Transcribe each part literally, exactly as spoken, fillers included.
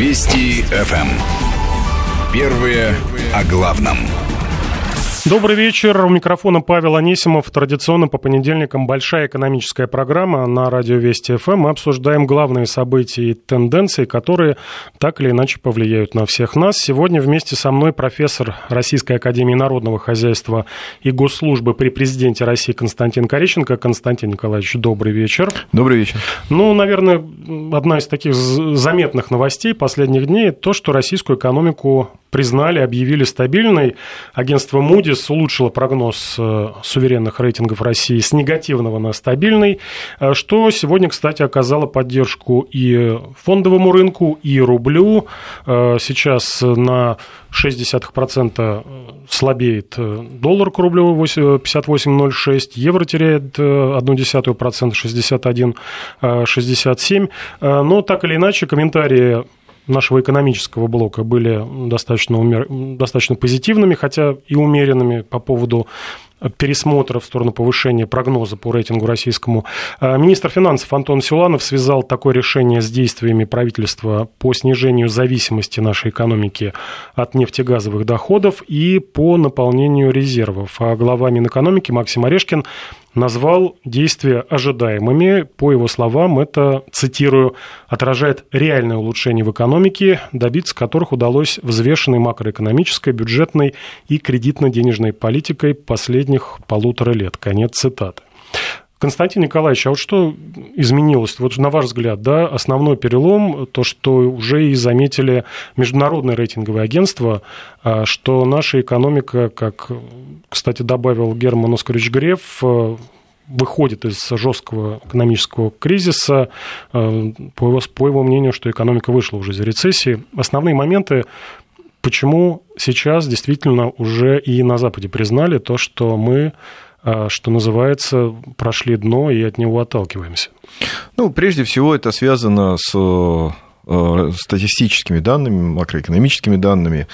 Вести эф эм. Первые о главном. Добрый вечер. У микрофона Павел Анисимов. Традиционно по понедельникам большая экономическая программа на радио Вести эф эм. Мы обсуждаем главные события и тенденции, которые так или иначе повлияют на всех нас. Сегодня вместе со мной профессор Российской академии народного хозяйства и госслужбы при президенте России Константин Корещенко. Константин Николаевич, добрый вечер. Добрый вечер. Ну, наверное, одна из таких заметных новостей последних дней – то, что российскую экономику признали, объявили стабильной. Агентство Moody's улучшило прогноз суверенных рейтингов России с негативного на стабильный, что сегодня, кстати, оказало поддержку и фондовому рынку, и рублю. Сейчас на шесть десятых процента слабеет доллар к рублю, пятьдесят восемь ноль шесть, евро теряет одну десятую процента, шестьдесят один шестьдесят семь. Но так или иначе, комментарии нашего экономического блока были достаточно, умер... достаточно позитивными, хотя и умеренными по поводу пересмотра в сторону повышения прогноза по рейтингу российскому. Министр финансов Антон Силуанов связал такое решение с действиями правительства по снижению зависимости нашей экономики от нефтегазовых доходов и по наполнению резервов. А глава Минэкономики Максим Орешкин назвал действия ожидаемыми. По его словам, это, цитирую, отражает реальное улучшение в экономике, добиться которых удалось взвешенной макроэкономической, бюджетной и кредитно-денежной политикой последних полутора лет. Конец цитаты. Константин Николаевич, а вот что изменилось? Вот на ваш взгляд, да, основной перелом, то, что уже и заметили международные рейтинговые агентства, что наша экономика, как, кстати, добавил Герман Оскарович Греф, выходит из жесткого экономического кризиса, по его, по его мнению, что экономика вышла уже из рецессии. Основные моменты, почему сейчас действительно уже и на Западе признали то, что мы, что называется, прошли дно и от него отталкиваемся? Ну, прежде всего, это связано с статистическими данными, макроэкономическими данными,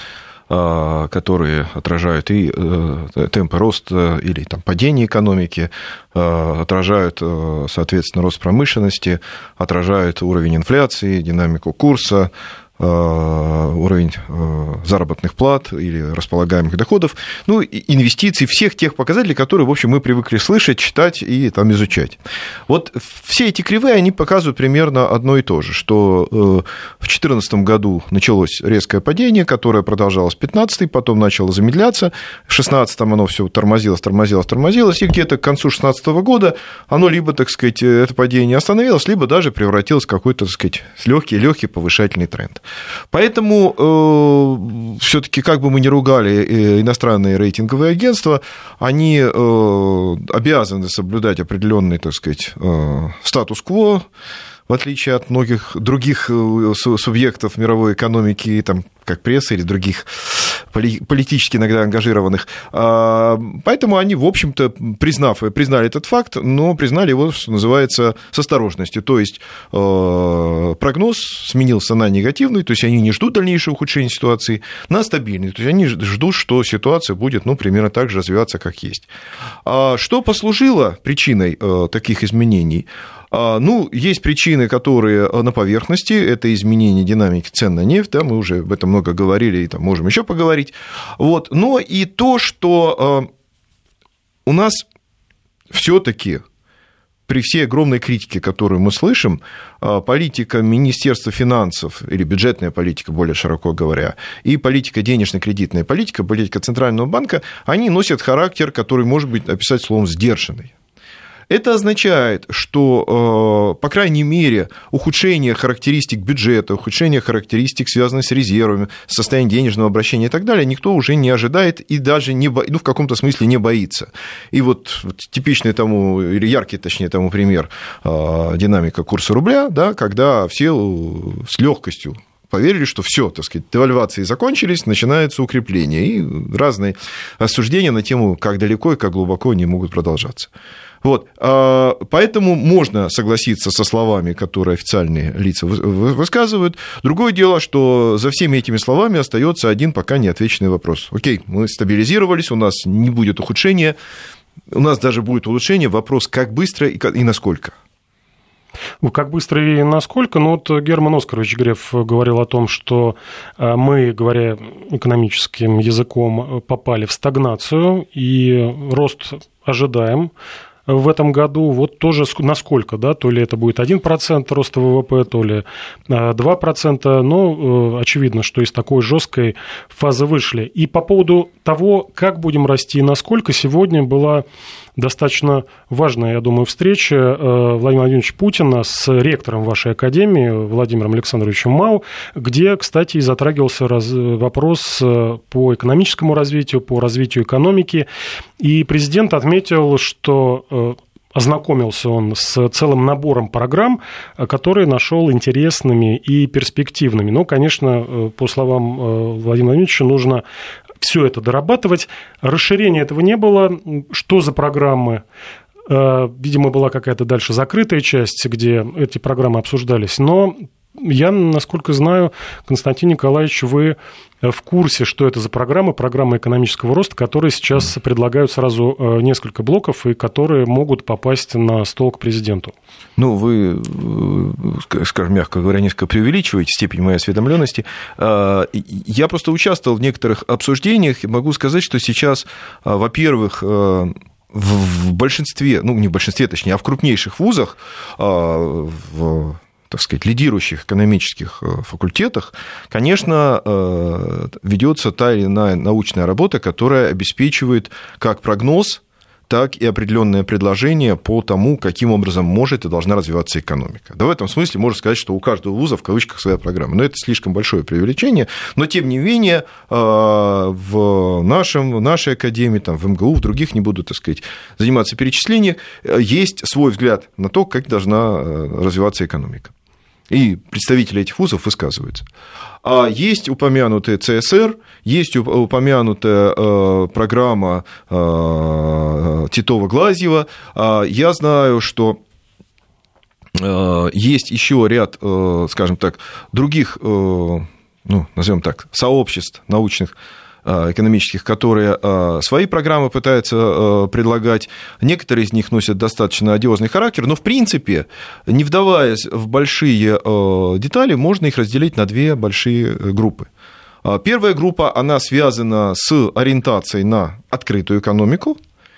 которые отражают и темпы роста или там, падения экономики, отражают, соответственно, рост промышленности, отражают уровень инфляции, динамику курса, уровень заработных плат или располагаемых доходов, ну, инвестиций, всех тех показателей, которые, в общем, мы привыкли слышать, читать и там изучать. Вот все эти кривые, они показывают примерно одно и то же, что в две тысячи четырнадцатом году началось резкое падение, которое продолжалось в две тысячи пятнадцатом, потом начало замедляться, в две тысячи шестнадцатом оно все тормозилось, тормозилось, тормозилось, и где-то к концу две тысячи шестнадцатого года оно либо, так сказать, это падение остановилось, либо даже превратилось в какой-то, так сказать, легкий-легкий повышательный тренд. Поэтому э, все-таки, как бы мы ни ругали иностранные рейтинговые агентства, они э, обязаны соблюдать определенный, так сказать, э, статус-кво, в отличие от многих других субъектов мировой экономики, там, как пресса или других политически иногда ангажированных. Поэтому они, в общем-то, признав, признали этот факт, но признали его, что называется, с осторожностью. То есть прогноз сменился на негативный, то есть они не ждут дальнейшего ухудшения ситуации, на стабильный. То есть они ждут, что ситуация будет, ну, примерно так же развиваться, как есть. Что послужило причиной таких изменений? Ну, есть причины, которые на поверхности, это изменение динамики цен на нефть, да, мы уже об этом много говорили, и там можем еще поговорить. Вот. Но и то, что у нас все-таки при всей огромной критике, которую мы слышим, политика Министерства финансов, или бюджетная политика, более широко говоря, и политика денежно-кредитная политика, политика Центрального банка, они носят характер, который может быть описать словом «сдержанный». Это означает, что, по крайней мере, ухудшение характеристик бюджета, ухудшение характеристик, связанных с резервами, состоянием денежного обращения и так далее, никто уже не ожидает и даже не бо... ну, в каком-то смысле не боится. И вот типичный тому, или яркий, точнее, тому пример динамика курса рубля, да, когда все с легкостью поверили, что все, так сказать, девальвации закончились, начинается укрепление. И разные осуждения на тему, как далеко и как глубоко они могут продолжаться. Вот, поэтому можно согласиться со словами, которые официальные лица высказывают. Другое дело, что за всеми этими словами остается один пока неотвеченный вопрос. Окей, мы стабилизировались, у нас не будет ухудшения, у нас даже будет улучшение. Вопрос, как быстро и насколько. Как быстро и насколько? Ну, вот Герман Оскарович Греф говорил о том, что мы, говоря экономическим языком, попали в стагнацию, и рост ожидаем в этом году. Вот тоже насколько, да, то ли это будет один процент роста ВВП, то ли два процента, но очевидно, что из такой жесткой фазы вышли. И по поводу того, как будем расти и насколько, сегодня была достаточно важная, я думаю, встреча Владимира Владимировича Путина с ректором вашей академии Владимиром Александровичем Мау, где, кстати, и затрагивался раз... вопрос по экономическому развитию, по развитию экономики. И президент отметил, что ознакомился он с целым набором программ, которые нашел интересными и перспективными. Но, конечно, по словам Владимира Владимировича, нужно все это дорабатывать. Расширения этого не было. Что за программы? Видимо, была какая-то дальше закрытая часть, где эти программы обсуждались. Но я, насколько знаю, Константин Николаевич, вы в курсе, что это за программы, программы экономического роста, которые сейчас предлагают сразу несколько блоков и которые могут попасть на стол к президенту. Ну, вы, скажем, мягко говоря, несколько преувеличиваете степень моей осведомленности. Я просто участвовал в некоторых обсуждениях и могу сказать, что сейчас, во-первых, в большинстве, ну, не в большинстве, точнее, а в крупнейших вузах, в так сказать, лидирующих экономических факультетах, конечно, ведется та или иная научная работа, которая обеспечивает как прогноз, так и определенное предложение по тому, каким образом может и должна развиваться экономика. Да, в этом смысле можно сказать, что у каждого вуза в кавычках своя программа. Но это слишком большое преувеличение. Но, тем не менее, в, нашем, в нашей академии, там, в эм гэ у, в других, не буду, так сказать, заниматься перечислением, есть свой взгляд на то, как должна развиваться экономика. И представители этих вузов высказываются. А есть упомянутая цэ эс эр, есть упомянутая программа Титова-Глазьева. Я знаю, что есть еще ряд, скажем так, других, ну, назовем так, сообществ научных, экономических, которые свои программы пытаются предлагать. Некоторые из них носят достаточно одиозный характер, но, в принципе, не вдаваясь в большие детали, можно их разделить на две большие группы. Первая группа, она связана с ориентацией на открытую экономику,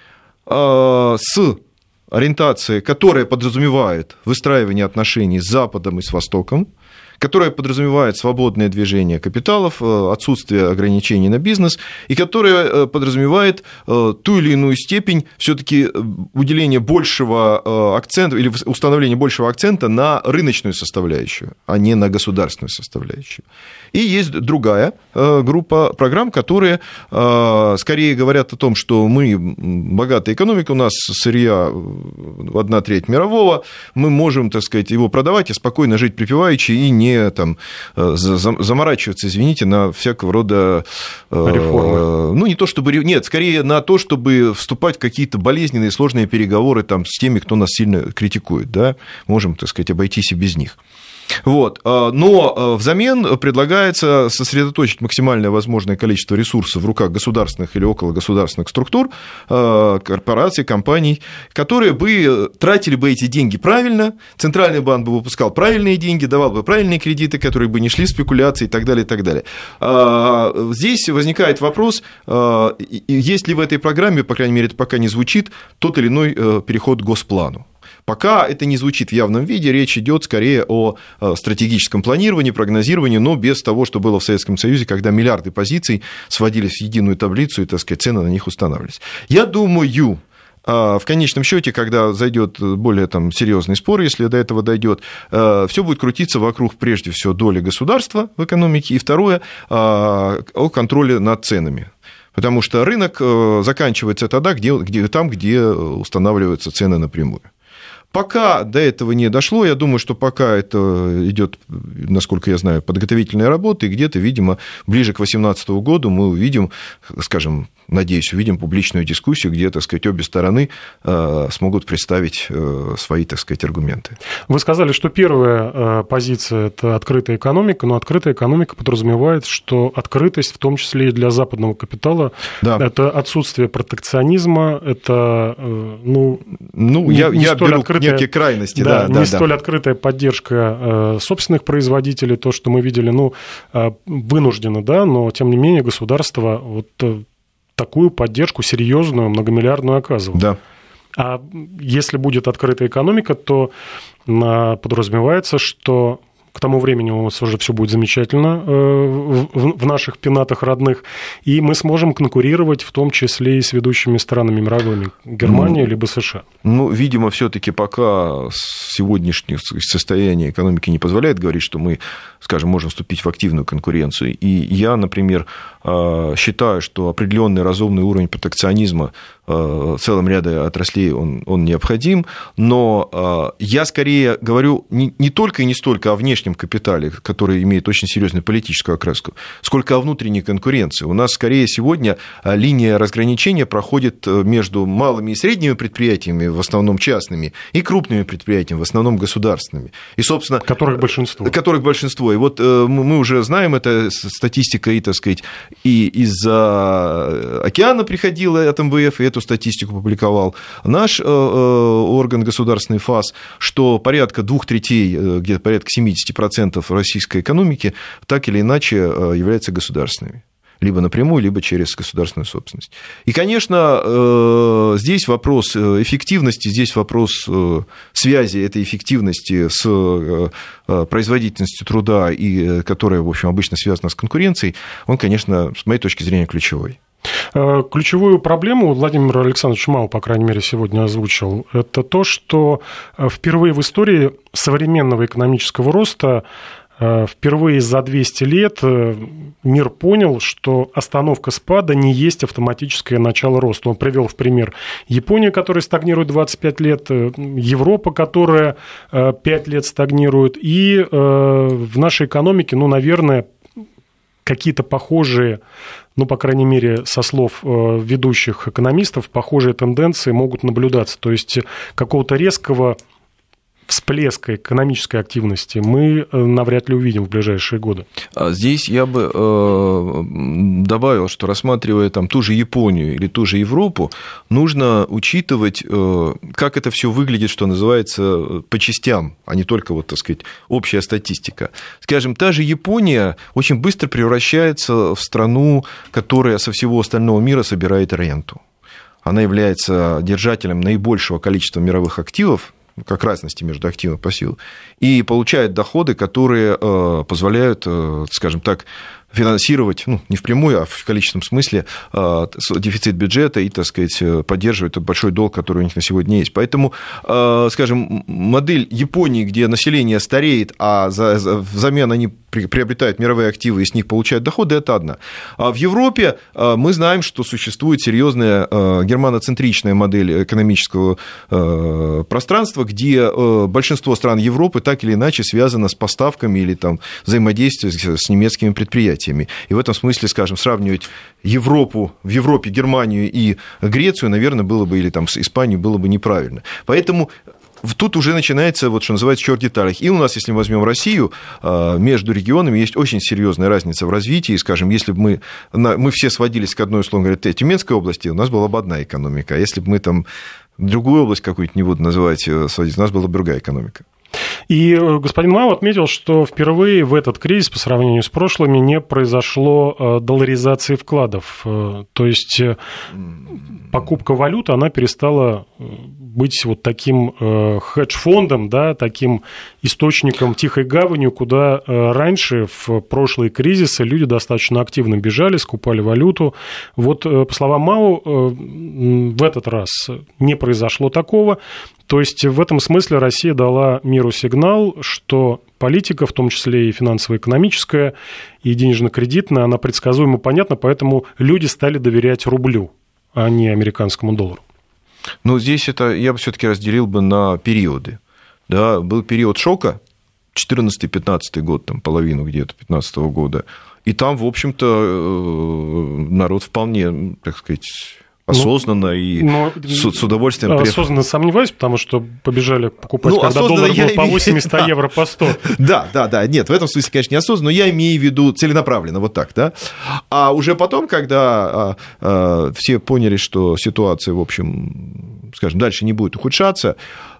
с ориентацией, которая подразумевает выстраивание отношений с Западом и с Востоком, которая подразумевает свободное движение капиталов, отсутствие ограничений на бизнес, и которая подразумевает ту или иную степень все-таки уделения большего акцента или установления большего акцента на рыночную составляющую, а не на государственную составляющую. И есть другая группа программ, которые скорее говорят о том, что мы богатая экономика, у нас сырья одна треть мирового, мы можем, так сказать, его продавать и спокойно жить припеваючи и не там, заморачиваться, извините, на всякого рода реформы. Ну, не то чтобы... Нет, скорее на то, чтобы вступать в какие-то болезненные, сложные переговоры там, с теми, кто нас сильно критикует. Да? Можем, так сказать, обойтись и без них. Вот. Но взамен предлагается сосредоточить максимальное возможное количество ресурсов в руках государственных или окологосударственных структур, корпораций, компаний, которые бы тратили бы эти деньги правильно, Центральный банк бы выпускал правильные деньги, давал бы правильные кредиты, которые бы не шли в спекуляции и так далее, и так далее. Здесь возникает вопрос, есть ли в этой программе, по крайней мере, это пока не звучит, тот или иной переход к госплану. Пока это не звучит в явном виде, речь идет скорее о стратегическом планировании, прогнозировании, но без того, что было в Советском Союзе, когда миллиарды позиций сводились в единую таблицу и, так сказать, цены на них устанавливались. Я думаю, в конечном счете, когда зайдет более там, серьезный спор, если до этого дойдет, все будет крутиться вокруг, прежде всего, доли государства в экономике, и второе, о контроле над ценами. Потому что рынок заканчивается тогда, где, где, там, где устанавливаются цены напрямую. Пока до этого не дошло, я думаю, что пока это идет, насколько я знаю, подготовительная работа, и где-то, видимо, ближе к две тысячи восемнадцатому году мы увидим, скажем, надеюсь, увидим публичную дискуссию, где, так сказать, обе стороны смогут представить свои, так сказать, аргументы. Вы сказали, что первая позиция – это открытая экономика, но открытая экономика подразумевает, что открытость, в том числе и для западного капитала, да. Это отсутствие протекционизма, это ну, ну, не, я, не я столь беру, открытое открытая, некие крайности. Да, да, не да, столь да. открытая поддержка э, собственных производителей, то, что мы видели, ну, э, вынуждено, да, но, тем не менее, государство вот э, такую поддержку серьезную, многомиллиардную оказывает. Да. А если будет открытая экономика, то э, подразумевается, что к тому времени у нас уже все будет замечательно в наших пенатах родных, и мы сможем конкурировать в том числе и с ведущими странами мировыми, Германией, ну, либо США. Ну, видимо, все-таки пока сегодняшнее состояние экономики не позволяет говорить, что мы, скажем, можем вступить в активную конкуренцию. И я, например, считаю, что определенный разумный уровень протекционизма в целом ряде отраслей он, он необходим, но я скорее говорю не, не только и не столько о внешнем капитале, который имеет очень серьезную политическую окраску, сколько о внутренней конкуренции. У нас скорее сегодня линия разграничения проходит между малыми и средними предприятиями, в основном частными, и крупными предприятиями, в основном государственными. И, собственно, которых большинство. Которых большинство. И вот мы уже знаем, это статистика, и, так сказать, и из-за океана приходила от эм вэ эф, и эту статистику публиковал наш орган государственный ФАС, что порядка двух третей, где-то порядка семьдесят процентов российской экономики так или иначе являются государственными. Либо напрямую, либо через государственную собственность. И, конечно, здесь вопрос эффективности, здесь вопрос связи этой эффективности с производительностью труда, и которая, в общем, обычно связана с конкуренцией, он, конечно, с моей точки зрения, ключевой. Ключевую проблему Владимир Александрович Мау, по крайней мере, сегодня озвучил, это то, что впервые в истории современного экономического роста, впервые за двести лет мир понял, что остановка спада не есть автоматическое начало роста. Он привел в пример Японию, которая стагнирует двадцать пять лет, Европа, которая пять лет стагнирует, и в нашей экономике, ну, наверное, какие-то похожие, ну, по крайней мере, со слов ведущих экономистов, похожие тенденции могут наблюдаться. То есть какого-то резкого всплеска экономической активности мы навряд ли увидим в ближайшие годы. Здесь я бы добавил, что, рассматривая там ту же Японию или ту же Европу, нужно учитывать, как это все выглядит, что называется, по частям, а не только, вот, так сказать, общая статистика. Скажем, та же Япония очень быстро превращается в страну, которая со всего остального мира собирает ренту. Она является держателем наибольшего количества мировых активов, как разности между активом и пассивом, и получает доходы, которые позволяют, скажем так, финансировать, ну, не впрямую, а в количественном смысле, дефицит бюджета и, так сказать, поддерживать тот большой долг, который у них на сегодня есть. Поэтому, скажем, модель Японии, где население стареет, а взамен они приобретают мировые активы и с них получают доходы, это одна. А в Европе мы знаем, что существует серьезная германоцентричная модель экономического пространства, где большинство стран Европы так или иначе связано с поставками или там взаимодействием с немецкими предприятиями. И в этом смысле, скажем, сравнивать Европу, в Европе Германию и Грецию, наверное, было бы, или там с Испанией, было бы неправильно. Поэтому тут уже начинается, вот, что называется, черт в деталях. И у нас, если мы возьмем Россию, между регионами есть очень серьезная разница в развитии. Скажем, если бы мы, мы все сводились к одной, условно говоря, Тюменской области, у нас была бы одна экономика. А если бы мы там другую область какую-нибудь, не буду называть, сводить, у нас была бы другая экономика. И господин Мау отметил, что впервые в этот кризис по сравнению с прошлыми не произошло долларизации вкладов. То есть покупка валюты, она перестала быть вот таким хедж-фондом, да, таким источником, тихой гаванью, куда раньше в прошлые кризисы люди достаточно активно бежали, скупали валюту. Вот, по словам Мау, в этот раз не произошло такого. То есть в этом смысле Россия дала миру сигнал, что политика, в том числе и финансово-экономическая, и денежно-кредитная, она предсказуема, понятна, поэтому люди стали доверять рублю, а не американскому доллару. Ну, здесь это я бы все-таки разделил бы на периоды. Да, был период шока, четырнадцатый-пятнадцатый год, там, половину где-то пятнадцатого года, и там, в общем-то, народ вполне, так сказать, осознанно ну, и но, с, с удовольствием... Осознанно сомневаюсь, потому что побежали покупать, ну, когда доллар был по восемьдесят имею... евро по сто. Да, да, да, нет, в этом смысле, конечно, неосознанно, но я имею в виду целенаправленно, вот так, да. А уже потом, когда а, а, все поняли, что ситуация, в общем, скажем, дальше не будет ухудшаться,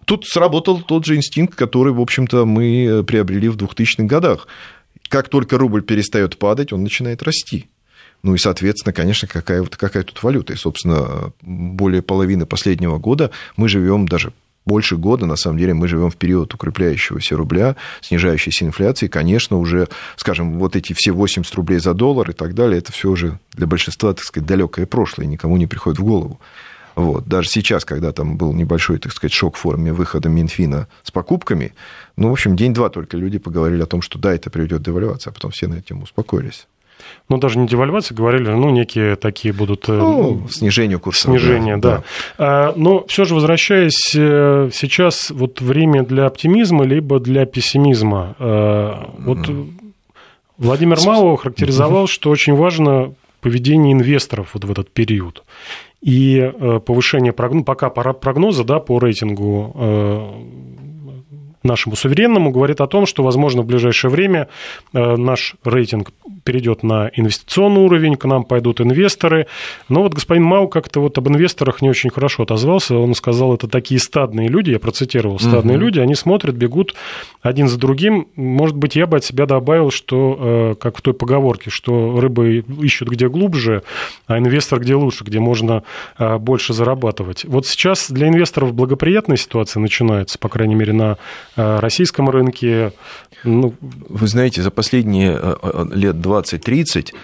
Тут сработал тот же инстинкт, который, в общем-то, мы приобрели в двухтысячных годах. Как только рубль перестает падать, он начинает расти. Ну и, соответственно, конечно, какая, какая тут валюта. И, собственно, более половины последнего года мы живем даже больше года, на самом деле, мы живем в период укрепляющегося рубля, снижающейся инфляции. Конечно, уже, скажем, вот эти все восемьдесят рублей за доллар и так далее, это все уже для большинства, так сказать, далекое прошлое, никому не приходит в голову. Вот. Даже сейчас, когда там был небольшой, так сказать, шок в форме выхода Минфина с покупками, ну, в общем, день-два только люди поговорили о том, что да, это приведет к девальвации, а потом все на этим успокоились. Ну, даже не девальвация, говорили, ну, некие такие будут... Ну, снижение курса. Снижение, да. да. Но все же, возвращаясь, сейчас вот время для оптимизма либо для пессимизма. Вот Владимир Мало характеризовал, что очень важно поведение инвесторов вот в этот период. И повышение прогноза, пока прогноза, да, по рейтингу нашему суверенному говорит о том, что, возможно, в ближайшее время наш рейтинг перейдет на инвестиционный уровень, к нам пойдут инвесторы. Но вот господин Мау как-то вот об инвесторах не очень хорошо отозвался. Он сказал, это такие стадные люди, я процитировал, стадные угу. люди, они смотрят, бегут один за другим. Может быть, я бы от себя добавил, что, как в той поговорке, что рыбы ищут где глубже, а инвестор где лучше, где можно больше зарабатывать. Вот сейчас для инвесторов благоприятная ситуация начинается, по крайней мере, на российском рынке. Ну... Вы знаете, за последние лет двадцать-тридцать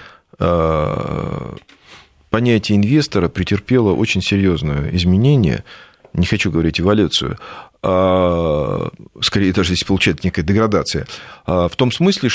понятие инвестора претерпело очень серьезное изменение, не хочу говорить эволюцию, а, скорее даже здесь получается некая деградация, в том смысле,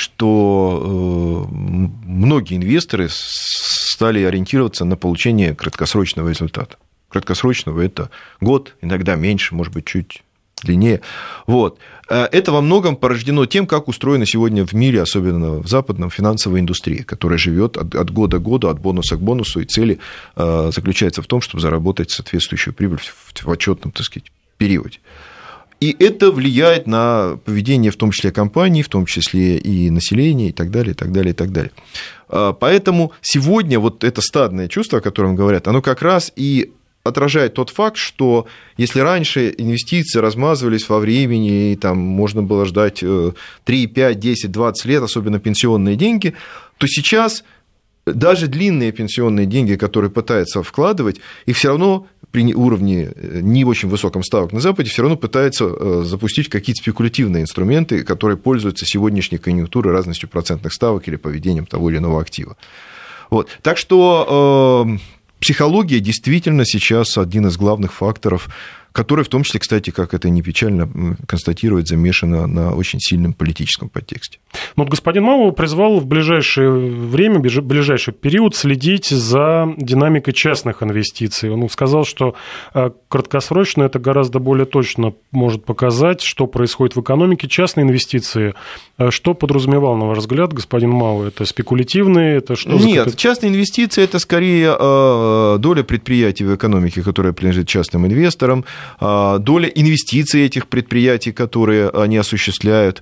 что многие инвесторы стали ориентироваться на получение краткосрочного результата. Краткосрочного – это год, иногда меньше, может быть, чуть длиннее. Вот. Это во многом порождено тем, как устроена сегодня в мире, особенно в западном, финансовая индустрия, которая живет от, от года к году, от бонуса к бонусу, и цель э, заключается в том, чтобы заработать соответствующую прибыль в, в отчетном, так сказать, периоде. И это влияет на поведение, в том числе компаний, в том числе и населения, и так далее, и так далее, и так далее. Поэтому сегодня вот это стадное чувство, о котором говорят, оно как раз и отражает тот факт, что если раньше инвестиции размазывались во времени, и там можно было ждать три, пять, десять, двадцать лет, особенно пенсионные деньги, то сейчас даже длинные пенсионные деньги, которые пытаются вкладывать, их все равно при уровне не очень высоком ставок на Западе все равно пытаются запустить какие-то спекулятивные инструменты, которые пользуются сегодняшней конъюнктурой, разностью процентных ставок или поведением того или иного актива. Вот. Так что психология действительно сейчас один из главных факторов, который в том числе, кстати, как это не печально констатировать, замешано на очень сильном политическом подтексте. Вот господин Мау призвал в ближайшее время, в ближайший период следить за динамикой частных инвестиций. Он сказал, что краткосрочно это гораздо более точно может показать, что происходит в экономике. Частные инвестиции, что подразумевал, на ваш взгляд, господин Мау? Это спекулятивные? Это что за... Нет, частные инвестиции – это скорее доля предприятий в экономике, которая принадлежит частным инвесторам, доля инвестиций этих предприятий, которые они осуществляют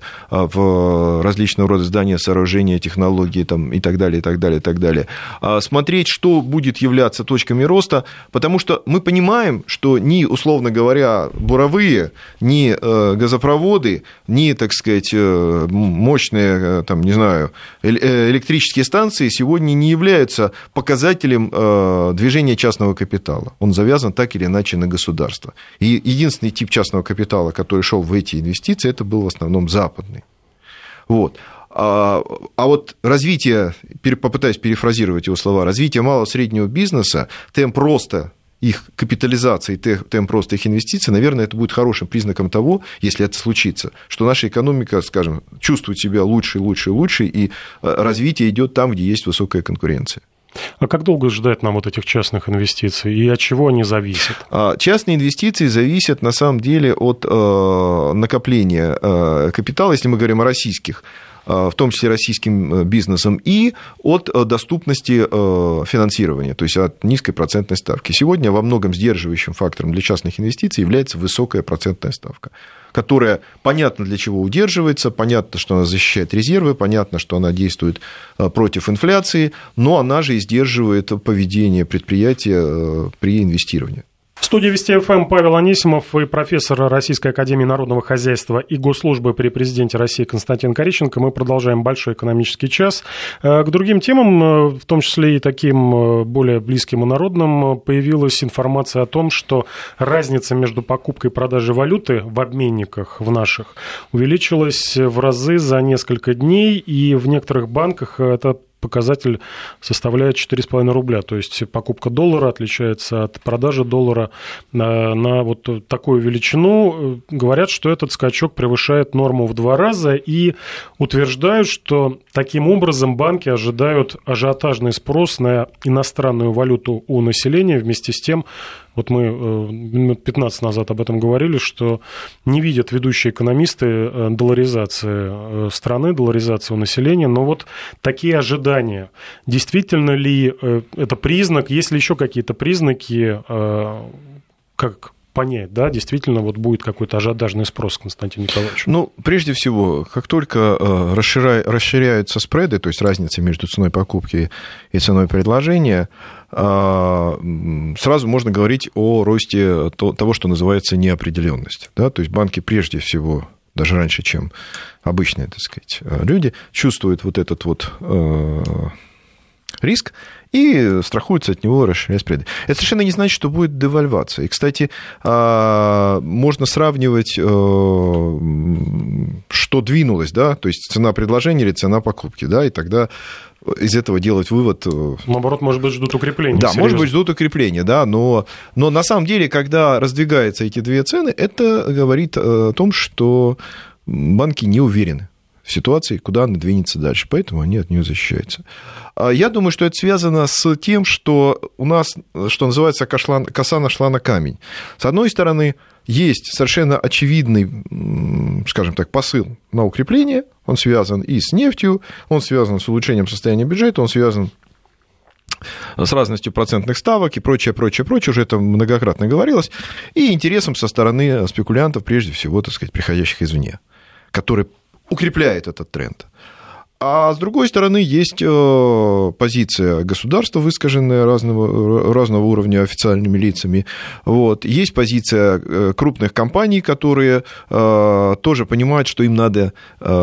в различного рода здания, сооружения, технологии там, и так далее, и так далее, и так далее. Смотреть, что будет являться точками роста, потому что мы понимаем, что ни, условно говоря, буровые, ни газопроводы, ни, так сказать, мощные, там, не знаю, электрические станции сегодня не являются показателем движения частного капитала. Он завязан так или иначе на государство. И единственный тип частного капитала, который шел в эти инвестиции, это был в основном западный. Вот. А, а вот развитие, попытаюсь перефразировать его слова, развитие малого и среднего бизнеса, темп роста их капитализации, темп роста их инвестиций, наверное, это будет хорошим признаком того, если это случится, что наша экономика, скажем, чувствует себя лучше, лучше, лучше, и развитие идет там, где есть высокая конкуренция. А как долго ждать нам вот этих частных инвестиций и от чего они зависят? Частные инвестиции зависят на самом деле от накопления капитала, если мы говорим о российских, в том числе российским бизнесом, и от доступности финансирования, то есть от низкой процентной ставки. Сегодня во многом сдерживающим фактором для частных инвестиций является высокая процентная ставка, которая понятно для чего удерживается, понятно, что она защищает резервы, понятно, что она действует против инфляции, но она же и сдерживает поведение предприятия при инвестировании. В студии Вести эф эм Павел Анисимов и профессор Российской академии народного хозяйства и госслужбы при президенте России Константин Кориченко. Мы продолжаем большой экономический час. К другим темам, в том числе и таким более близким и народным, появилась информация о том, что разница между покупкой и продажей валюты в обменниках в наших увеличилась в разы за несколько дней, и в некоторых банках это показатель составляет четыре с половиной рубля, то есть покупка доллара отличается от продажи доллара на, на вот такую величину. Говорят, что этот скачок превышает норму в два раза, и утверждают, что таким образом банки ожидают ажиотажный спрос на иностранную валюту у населения. Вместе с тем, вот мы минут пятнадцать назад об этом говорили, что не видят ведущие экономисты долларизации страны, долларизации у населения, но вот такие ожидания. Действительно ли это признак, есть ли еще какие-то признаки, как понять, да, действительно вот будет какой-то ажиотажный спрос, Константин Николаевич? Ну, прежде всего, как только расширя... расширяются спреды, то есть разница между ценой покупки и ценой предложения, сразу можно говорить о росте того, что называется неопределенность. Да? То есть банки прежде всего, даже раньше, чем обычные, так сказать, люди, чувствуют вот этот вот риск и страхуются от него, расширяя спреды. Это совершенно не значит, что будет девальвация. И, кстати, можно сравнивать, что двинулось, да, то есть цена предложения или цена покупки, да, и тогда из этого делать вывод... Наоборот, может быть, ждут укрепления. Да, серьезно. Может быть, ждут укрепления, да, но, но на самом деле, когда раздвигаются эти две цены, это говорит о том, что банки не уверены в ситуации, куда она двинется дальше, поэтому они от нее защищаются. Я думаю, что это связано с тем, что у нас, что называется, коса нашла на камень. С одной стороны, есть совершенно очевидный, скажем так, посыл на укрепление, он связан и с нефтью, он связан с улучшением состояния бюджета, он связан с разностью процентных ставок и прочее, прочее, прочее, уже это многократно говорилось, и интересом со стороны спекулянтов, прежде всего, так сказать, приходящих извне, которые укрепляет этот тренд. А с другой стороны, есть позиция государства, выскаженная разного, разного уровня официальными лицами. Вот. Есть позиция крупных компаний, которые тоже понимают, что им надо,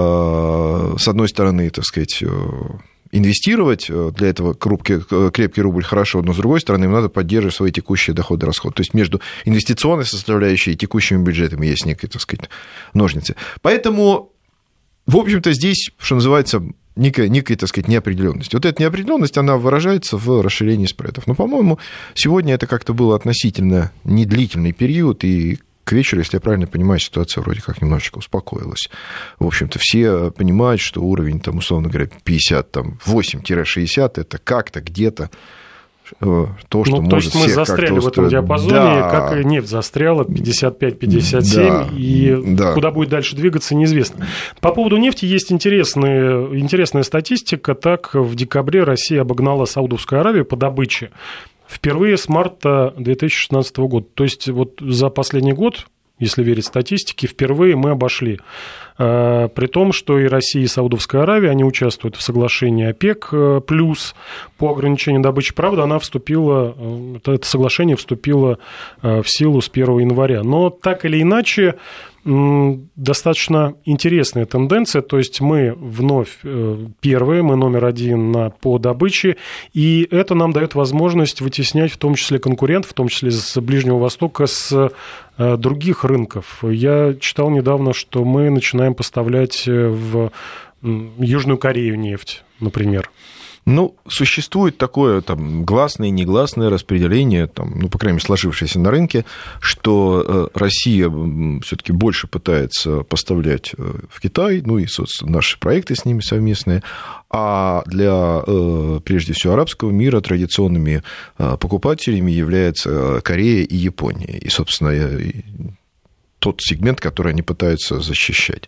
с одной стороны, так сказать, инвестировать, для этого крепкий, крепкий рубль хорошо, но с другой стороны, им надо поддерживать свои текущие доходы и расходы. То есть между инвестиционной составляющей и текущими бюджетами есть некие, так сказать, ножницы. Поэтому, в общем-то, здесь, что называется, некая, некая, так сказать, неопределенность. Вот эта неопределенность, она выражается в расширении спредов. Но, по-моему, сегодня это как-то был относительно недлительный период, и к вечеру, если я правильно понимаю, ситуация вроде как немножечко успокоилась. В общем-то, все понимают, что уровень, там, условно говоря, пятьдесят восемь - шестьдесят это как-то, где-то то, что ну, может то есть мы всех застряли в этом диапазоне, да. как и нефть застряла, пятьдесят пять - пятьдесят семь, да. и да. куда будет дальше двигаться, неизвестно. По поводу нефти есть интересная, интересная статистика. Так, в декабре Россия обогнала Саудовскую Аравию по добыче впервые с марта две тысячи шестнадцатого года. То есть вот за последний год, если верить статистике, впервые мы обошли. При том, что и Россия, и Саудовская Аравия, они участвуют в соглашении ОПЕК плюс по ограничению добычи. Правда, она вступила, это соглашение вступило в силу с первого января. Но так или иначе, достаточно интересная тенденция, то есть мы вновь первые, мы номер один на, по добыче, и это нам дает возможность вытеснять в том числе конкурентов, в том числе с Ближнего Востока, с других рынков. Я читал недавно, что мы начинаем поставлять в Южную Корею нефть, например. Ну, существует такое там, гласное и негласное распределение, там, ну, по крайней мере, сложившееся на рынке, что Россия все-таки больше пытается поставлять в Китай, ну и, собственно, наши проекты с ними совместные, а для, прежде всего, арабского мира традиционными покупателями являются Корея и Япония. И, собственно, тот сегмент, который они пытаются защищать.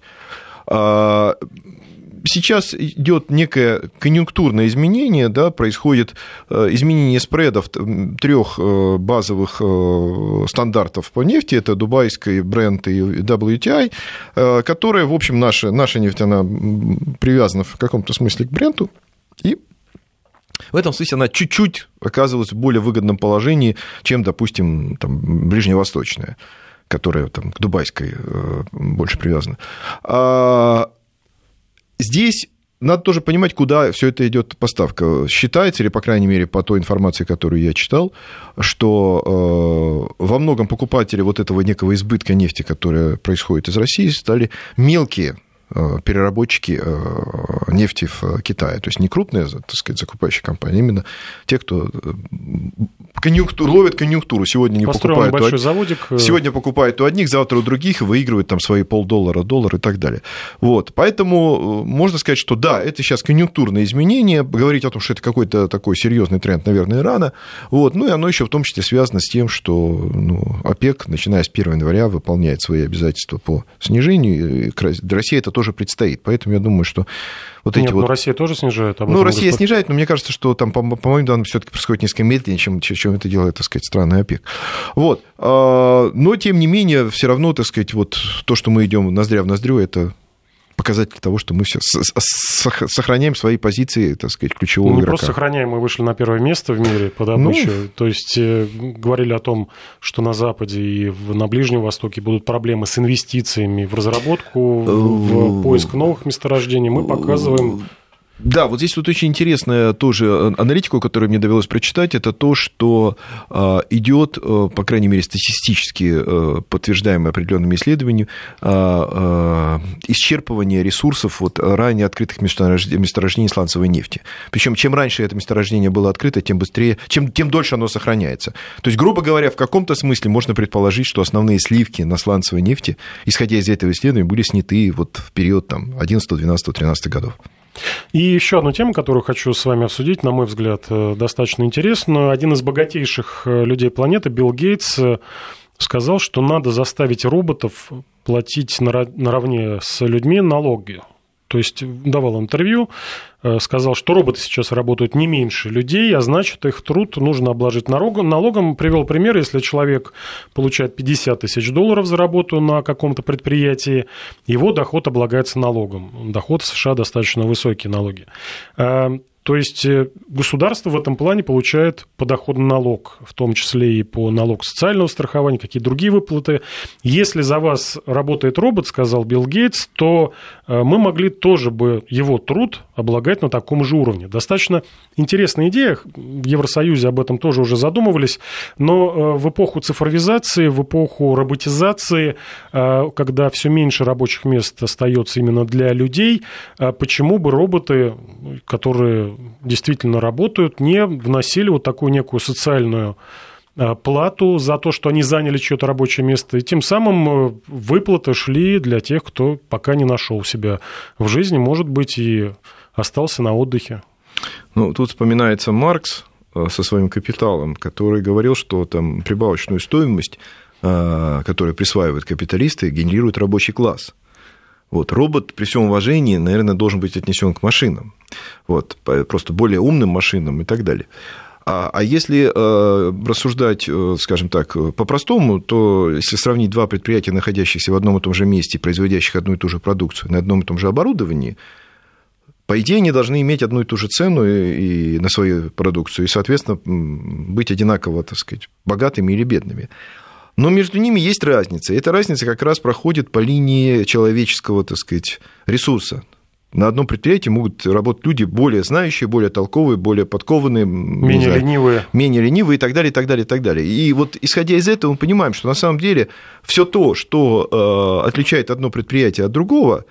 Сейчас идет некое конъюнктурное изменение, да, происходит изменение спредов трех базовых стандартов по нефти, это дубайской, Brent и дабл ю ти ай, которые, в общем, наша, наша нефть, она привязана в каком-то смысле к Бренту, и в этом смысле она чуть-чуть оказывалась в более выгодном положении, чем, допустим, там, ближневосточная, которая там, к дубайской больше привязана. А здесь надо тоже понимать, куда все это идет поставка. Считается, или, по крайней мере, по той информации, которую я читал, что э, во многом покупатели вот этого некого избытка нефти, которая происходит из России, стали мелкие переработчики нефти в Китае. То есть не крупные, так сказать, закупающие компании, именно те, кто конъюнктуру, ловят конъюнктуру. Сегодня не покупают у, заводик. Сегодня покупают у одних, завтра у других, и выигрывают там свои полдоллара, доллар и так далее. Вот. Поэтому можно сказать, что да, это сейчас конъюнктурное изменение. Говорить о том, что это какой-то такой серьезный тренд, наверное, рано. Вот. Ну и оно еще в том числе связано с тем, что ну, ОПЕК, начиная с первого января, выполняет свои обязательства по снижению. Для России это тоже предстоит. Поэтому я думаю, что вот эти Нет, вот... но Россия тоже снижает. Ну, Россия господ... снижает, но мне кажется, что там, по, по моим данным, все-таки происходит несколько медленнее, чем, чем это делает, так сказать, страны ОПЕК. Вот. Но, тем не менее, все равно, так сказать, вот то, что мы идем ноздря в ноздрю, это показатель того, что мы все сохраняем свои позиции, так сказать, ключевого игрока. Не игрока. просто сохраняем, мы вышли на первое место в мире по добыче. Ну, то есть говорили о том, что на Западе и на Ближнем Востоке будут проблемы с инвестициями в разработку, в поиск новых месторождений. Мы показываем... Да, вот здесь вот очень интересная тоже аналитика, которую мне довелось прочитать, это то, что идет, по крайней мере, статистически подтверждаемое определенными исследованиями, исчерпывание ресурсов вот ранее открытых месторождений сланцевой нефти. Причем чем раньше это месторождение было открыто, тем быстрее, чем, тем дольше оно сохраняется. То есть, грубо говоря, в каком-то смысле можно предположить, что основные сливки на сланцевой нефти, исходя из этого исследования, были сняты вот в период там, одиннадцатого, двенадцатого, тринадцатого годов. И еще одну тему, которую хочу с вами обсудить, на мой взгляд, достаточно интересную. Один из богатейших людей планеты, Билл Гейтс, сказал, что надо заставить роботов платить наравне с людьми налоги. То есть давал интервью, сказал, что роботы сейчас работают не меньше людей, а значит, их труд нужно обложить налогом. налогом. Привел пример, если человек получает пятьдесят тысяч долларов за работу на каком-то предприятии, его доход облагается налогом. Доход в США достаточно высокие налоги. То есть государство в этом плане получает подоходный налог, в том числе и по налогу социального страхования, какие-то другие выплаты. Если за вас работает робот, сказал Билл Гейтс, то мы могли тоже бы его труд облагать на таком же уровне. Достаточно интересная идея, в Евросоюзе об этом тоже уже задумывались, но в эпоху цифровизации, в эпоху роботизации, когда все меньше рабочих мест остается именно для людей, почему бы роботы, которые действительно работают, не вносили вот такую некую социальную плату за то, что они заняли чье-то рабочее место, и тем самым выплаты шли для тех, кто пока не нашел себя в жизни, может быть, и остался на отдыхе. Ну, тут вспоминается Маркс со своим «Капиталом», который говорил, что там прибавочную стоимость, которую присваивают капиталисты, генерирует рабочий класс. Вот, робот, при всем уважении, наверное, должен быть отнесен к машинам, вот, просто более умным машинам и так далее. А, а если э, рассуждать, скажем так, по-простому, то если сравнить два предприятия, находящихся в одном и том же месте, производящих одну и ту же продукцию на одном и том же оборудовании, по идее, они должны иметь одну и ту же цену и, и на свою продукцию, и, соответственно, быть одинаково, так сказать, богатыми или бедными. Но между ними есть разница. И эта разница как раз проходит по линии человеческого, так сказать, ресурса. На одном предприятии могут работать люди более знающие, более толковые, более подкованные, менее знаю, ленивые. менее ленивые и так далее, и так далее, и так далее. И вот исходя из этого мы понимаем, что на самом деле все то, что отличает одно предприятие от другого,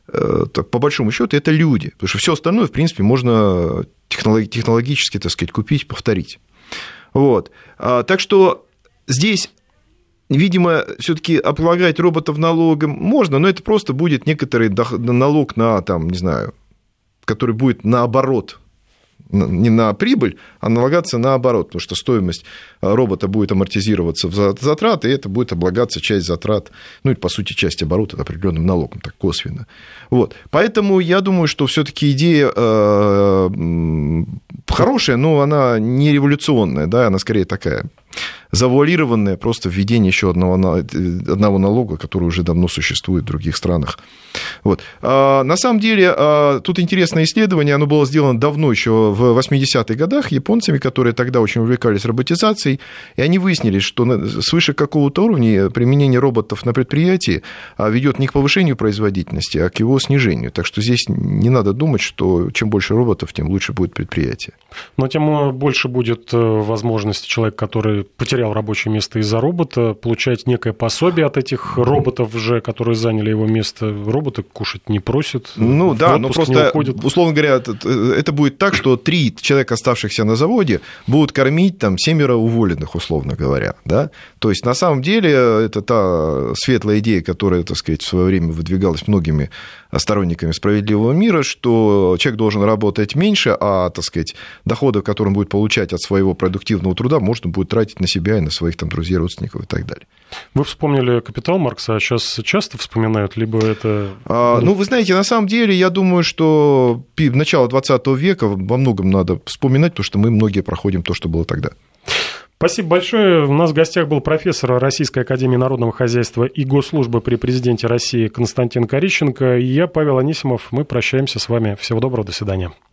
по большому счету, это люди. Потому что все остальное, в принципе, можно технологически, так сказать, купить, повторить. Вот. Так что здесь, видимо, все-таки облагать роботов налогом можно, но это просто будет некоторый налог на, там, не знаю, который будет наоборот, не на прибыль, а налагаться наоборот, потому что стоимость робота будет амортизироваться в затраты, и это будет облагаться часть затрат, ну и, по сути, часть оборота определенным налогом, так косвенно. Вот. Поэтому я думаю, что все-таки идея хорошая, но она не революционная, да, она скорее такая завуалированное просто введение еще одного, одного налога, который уже давно существует в других странах. Вот. А, на самом деле, а, тут интересное исследование, оно было сделано давно, еще в восьмидесятых годах, японцами, которые тогда очень увлекались роботизацией, и они выяснили, что свыше какого-то уровня применение роботов на предприятии ведет не к повышению производительности, а к его снижению. Так что здесь не надо думать, что чем больше роботов, тем лучше будет предприятие. Но тем больше будет возможности человека, который потерял рабочее место из-за робота, получать некое пособие от этих роботов уже, которые заняли его место. Роботы кушать не просят, ну да, но просто, уходят. Условно говоря, это будет так, что три человека, оставшихся на заводе, будут кормить там семеро уволенных, условно говоря. Да? То есть, на самом деле, это та светлая идея, которая, так сказать, в свое время выдвигалась многими сторонниками справедливого мира, что человек должен работать меньше, а, так сказать, доходы, которые он будет получать от своего продуктивного труда, можно будет тратить на себя и на своих там друзей, родственников и так далее. Вы вспомнили «Капитал» Маркса, а сейчас часто вспоминают, либо это... А, ну, вы знаете, на самом деле, я думаю, что начало двадцатого века во многом надо вспоминать, потому что мы многие проходим то, что было тогда. Спасибо большое. У нас в гостях был профессор Российской академии народного хозяйства и госслужбы при президенте России Константин Корищенко. И я, Павел Анисимов. Мы прощаемся с вами. Всего доброго, до свидания.